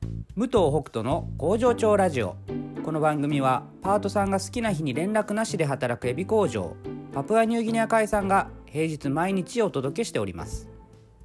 武藤北斗の工場長ラジオ。この番組はパートさんが好きな日に連絡なしで働くエビ工場パプアニューギニア海産が平日毎日お届けしております。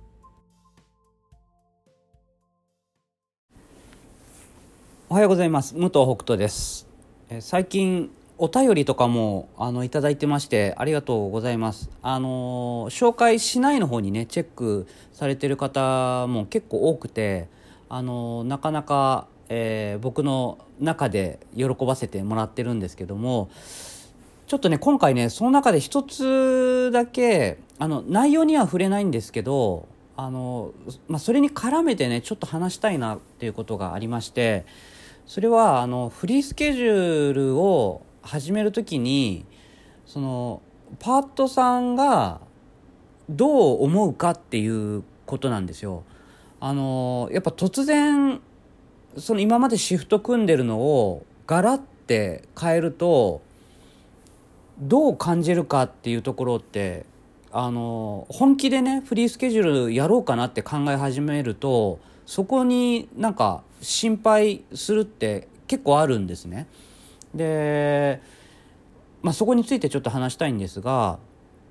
おはようございます。武藤北斗です。最近お便りとかもいただいてましてありがとうございます。紹介しないの方にねチェックされてる方も結構多くて、なかなか、僕の中で喜ばせてもらってるんですけども、ちょっとね今回ねその中で一つだけ内容には触れないんですけど、それに絡めてねちょっと話したいなっていうことがありまして、それはフリースケジュールを始めるときにそのパートさんがどう思うかっていうことなんですよ。やっぱ突然その今までシフト組んでるのをガラッて変えるとどう感じるかっていうところって本気でねフリースケジュールやろうかなって考え始めると、そこになんか心配するって結構あるんですね。で、そこについてちょっと話したいんですが、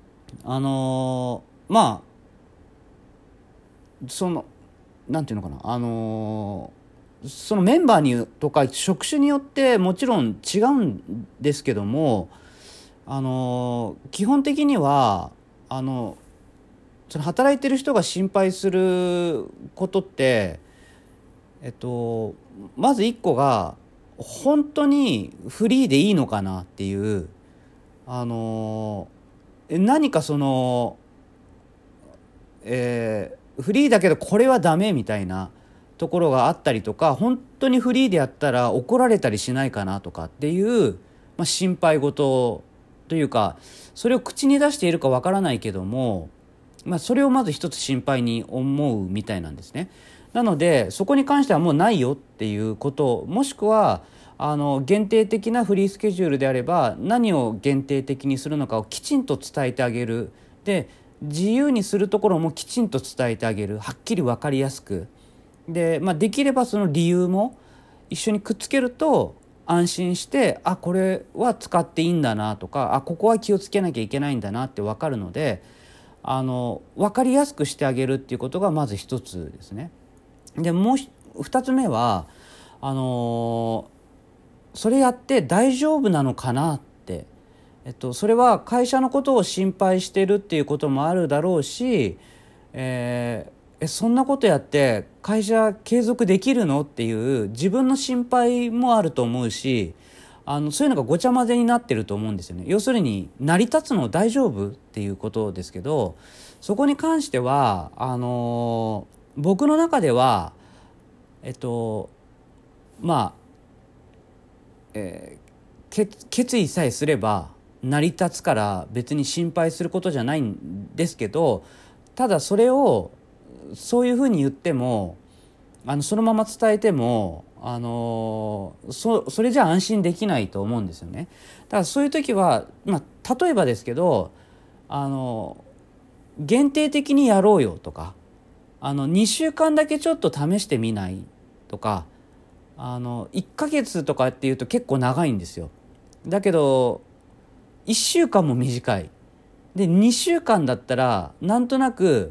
そのなんていうのかな、そのメンバーにとか職種によってもちろん違うんですけども、基本的にはその働いてる人が心配することって、まず一個が本当にフリーでいいのかなっていう、何かその、フリーだけどこれはダメみたいなところがあったりとか、本当にフリーでやったら怒られたりしないかなとかっていう、心配事というか、それを口に出しているかわからないけども、それをまず一つ心配に思うみたいなんですね。なのでそこに関してはもうないよっていうこと、もしくは限定的なフリースケジュールであれば何を限定的にするのかをきちんと伝えてあげる。で、自由にするところもきちんと伝えてあげる、はっきり分かりやすく。で、できればその理由も一緒にくっつけると安心して、これは使っていいんだなとか、ここは気をつけなきゃいけないんだなって分かるので、分かりやすくしてあげるっていうことがまず一つですね。で、もう二つ目はそれやって大丈夫なのかなって、それは会社のことを心配してるっていうこともあるだろうし、そんなことやって会社継続できるのっていう自分の心配もあると思うし、そういうのがごちゃ混ぜになってると思うんですよね。要するに成り立つの大丈夫っていうことですけど、そこに関しては僕の中ではえっとまあ、決意さえすれば成り立つから別に心配することじゃないんですけど、ただそれをそういうふうに言ってもそのまま伝えてもそれじゃ安心できないと思うんですよね。だからそういう時は、例えばですけど限定的にやろうよとか、2週間だけちょっと試してみないとか、1ヶ月とかっていうと結構長いんですよ。だけど1週間も短い。で、2週間だったらなんとなく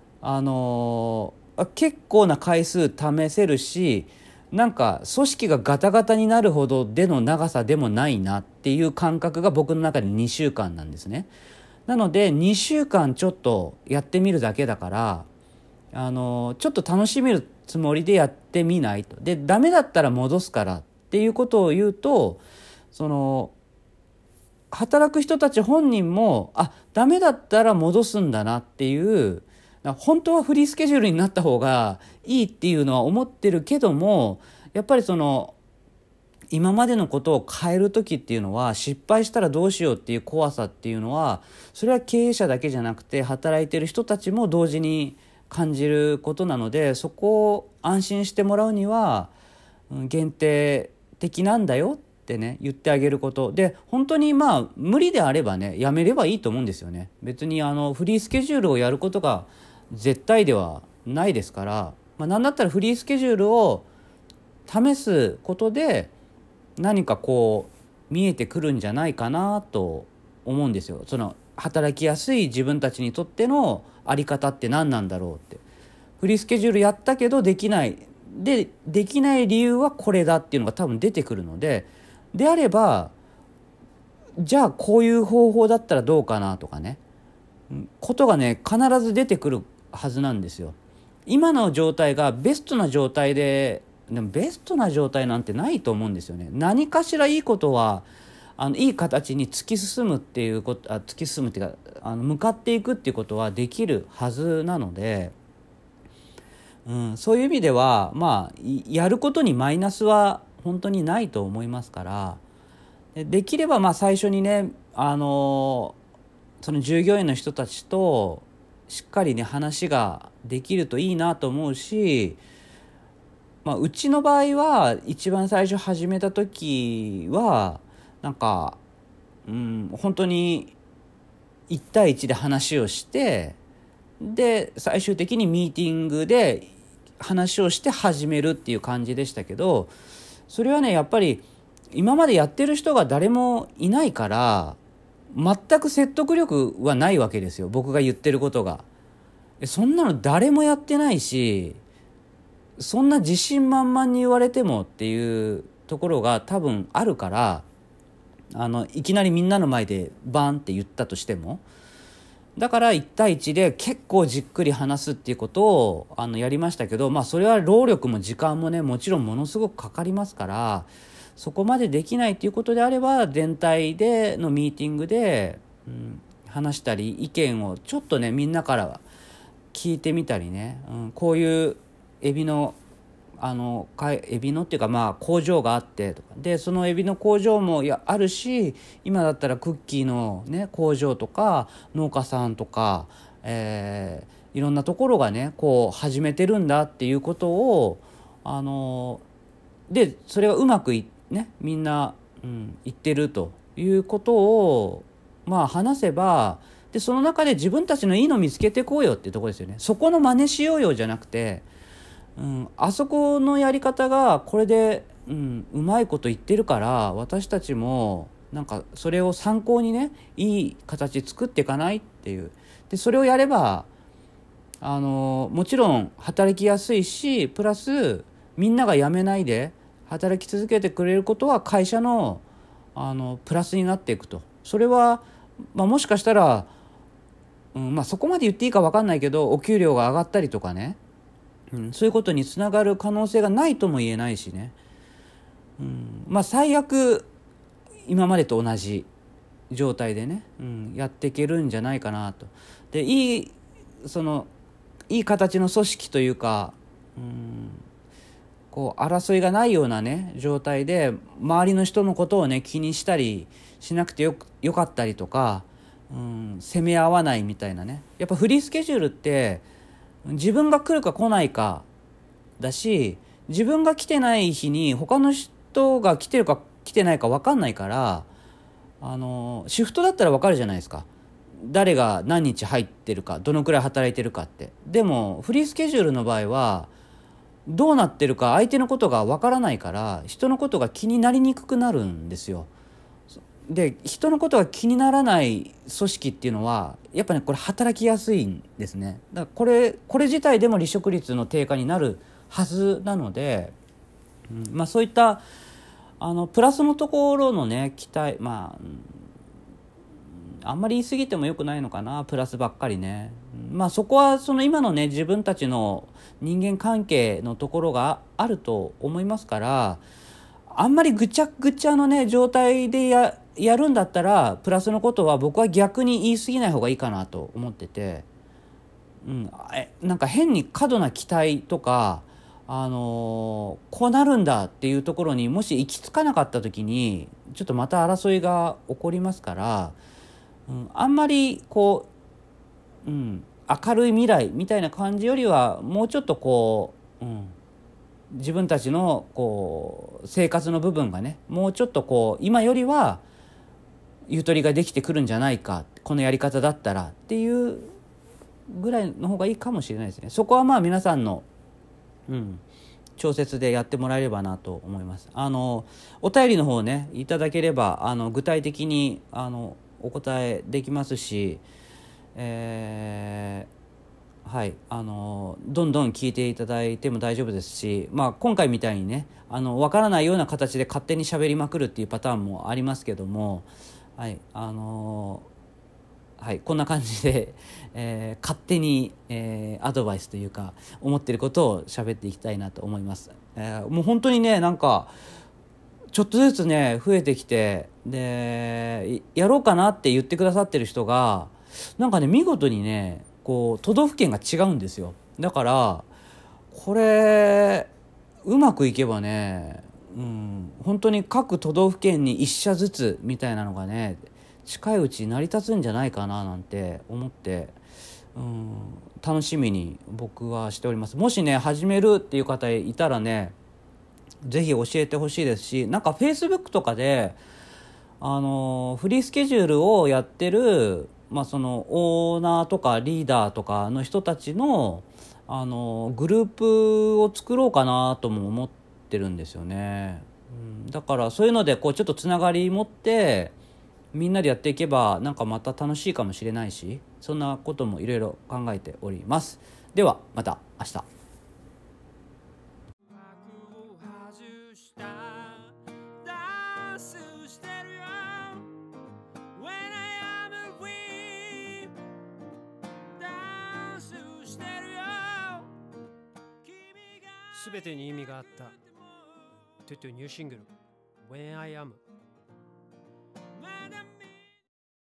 結構な回数試せるし、なんか組織がガタガタになるほどでの長さでもないなっていう感覚が僕の中で2週間なんですね。なので2週間ちょっとやってみるだけだから、ちょっと楽しめるつもりでやってみないと。で、ダメだったら戻すからっていうことを言うと、その働く人たち本人もダメだったら戻すんだなっていう、本当はフリースケジュールになった方がいいっていうのは思ってるけども、やっぱりその今までのことを変える時っていうのは失敗したらどうしようっていう怖さっていうのは、それは経営者だけじゃなくて働いてる人たちも同時に感じることなので、そこを安心してもらうには限定的なんだよってね言ってあげることで、本当に無理であればねやめればいいと思うんですよね。別にフリースケジュールをやることが絶対ではないですから、なんだったらフリースケジュールを試すことで何かこう見えてくるんじゃないかなと思うんですよ。その働きやすい自分たちにとってのあり方って何なんだろうって。フリースケジュールやったけどできないできない理由はこれだっていうのが多分出てくるので、であればじゃあこういう方法だったらどうかなとかね、ことがね必ず出てくるはずなんですよ。今の状態がベストな状態でもベストな状態なんてないと思うんですよね。何かしらいいことはいい形に突き進むっていうこと突き進むっていうか向かっていくっていうことはできるはずなので、そういう意味ではやることにマイナスは本当にないと思いますから、できれば最初にねその従業員の人たちとしっかりね話ができるといいなと思うし、うちの場合は一番最初始めた時はなんか、本当に1対1で話をして、で最終的にミーティングで話をして始めるっていう感じでしたけど、それはねやっぱり今までやってる人が誰もいないから全く説得力はないわけですよ、僕が言ってることが。そんなの誰もやってないし、そんな自信満々に言われてもっていうところが多分あるから、いきなりみんなの前でバーンって言ったとしても、だから1対1で結構じっくり話すっていうことをやりましたけど、それは労力も時間もねもちろんものすごくかかりますから、そこまでできないっていうことであれば全体でのミーティングで、話したり意見をちょっとねみんなから聞いてみたりね、こういうエビのエビのっていうか工場があってとかで、そのエビの工場もあるし、今だったらクッキーのね工場とか農家さんとか、いろんなところがねこう始めてるんだっていうことをでそれがうまくみんな、言ってるということを話せば、でその中で自分たちのいいの見つけていこうよっていうところですよね。そこの真似しようよじゃなくて、あそこのやり方がこれで、うまいこと言ってるから私たちもなんかそれを参考にねいい形作っていかないっていう。でそれをやればもちろん働きやすいし、プラスみんなが辞めないで働き続けてくれることは会社のプラスになっていくと。それは、もしかしたら、そこまで言っていいか分かんないけどお給料が上がったりとかね、そういうことにつながる可能性がないとも言えないしね、最悪今までと同じ状態でね、やっていけるんじゃないかなと。でいい形の組織というか、こう争いがないようなね状態で周りの人のことをね気にしたりしなくてよかったりとか、攻め合わないみたいなね。やっぱフリースケジュールって自分が来るか来ないかだし、自分が来てない日に他の人が来てるか来てないか分かんないから、シフトだったら分かるじゃないですか、誰が何日入ってるかどのくらい働いてるかって。でもフリースケジュールの場合はどうなってるか相手のことが分からないから、人のことが気になりにくくなるんですよ。で人のことが気にならない組織っていうのはやっぱねこれ働きやすいんですね。だからこれ自体でも離職率の低下になるはずなので、そういったプラスのところのね期待、あんまり言い過ぎてもよくないのかな、プラスばっかりね。そこはその今のね自分たちの人間関係のところがあると思いますから、あんまりぐちゃぐちゃのね状態でやるんだったらプラスのことは僕は逆に言い過ぎない方がいいかなと思ってて、なんか変に過度な期待とか、こうなるんだっていうところにもし行き着かなかった時にちょっとまた争いが起こりますから、あんまりこう、明るい未来みたいな感じよりはもうちょっとこう、自分たちのこう生活の部分がねもうちょっとこう今よりはゆとりができてくるんじゃないか、このやり方だったらっていうぐらいの方がいいかもしれないですね。そこは皆さんの、 調節でやってもらえればなと思います。お便りの方ねいただければ具体的にお答えできますし、はい、どんどん聞いていただいても大丈夫ですし、今回みたいにねわからないような形で勝手に喋りまくるっていうパターンもありますけども、はいはい、こんな感じで、勝手に、アドバイスというか思ってることを喋っていきたいなと思います。もう本当にねなんかちょっとずつね増えてきて、でやろうかなって言ってくださってる人がなんかね見事にねこう都道府県が違うんですよ。だからこれうまくいけばね、本当に各都道府県に1社ずつみたいなのがね近いうちに成り立つんじゃないかななんて思って、楽しみに僕はしております。もしね始めるっていう方いたらねぜひ教えてほしいですし、なんか Facebook とかでフリースケジュールをやってる、そのオーナーとかリーダーとかの人たちのグループを作ろうかなとも思ってるんですよね。だからそういうのでこうちょっとつながり持ってみんなでやっていけばなんかまた楽しいかもしれないし、そんなこともいろいろ考えております。ではまた明日。 すべてに意味があったトゥトゥニューシングル When I Am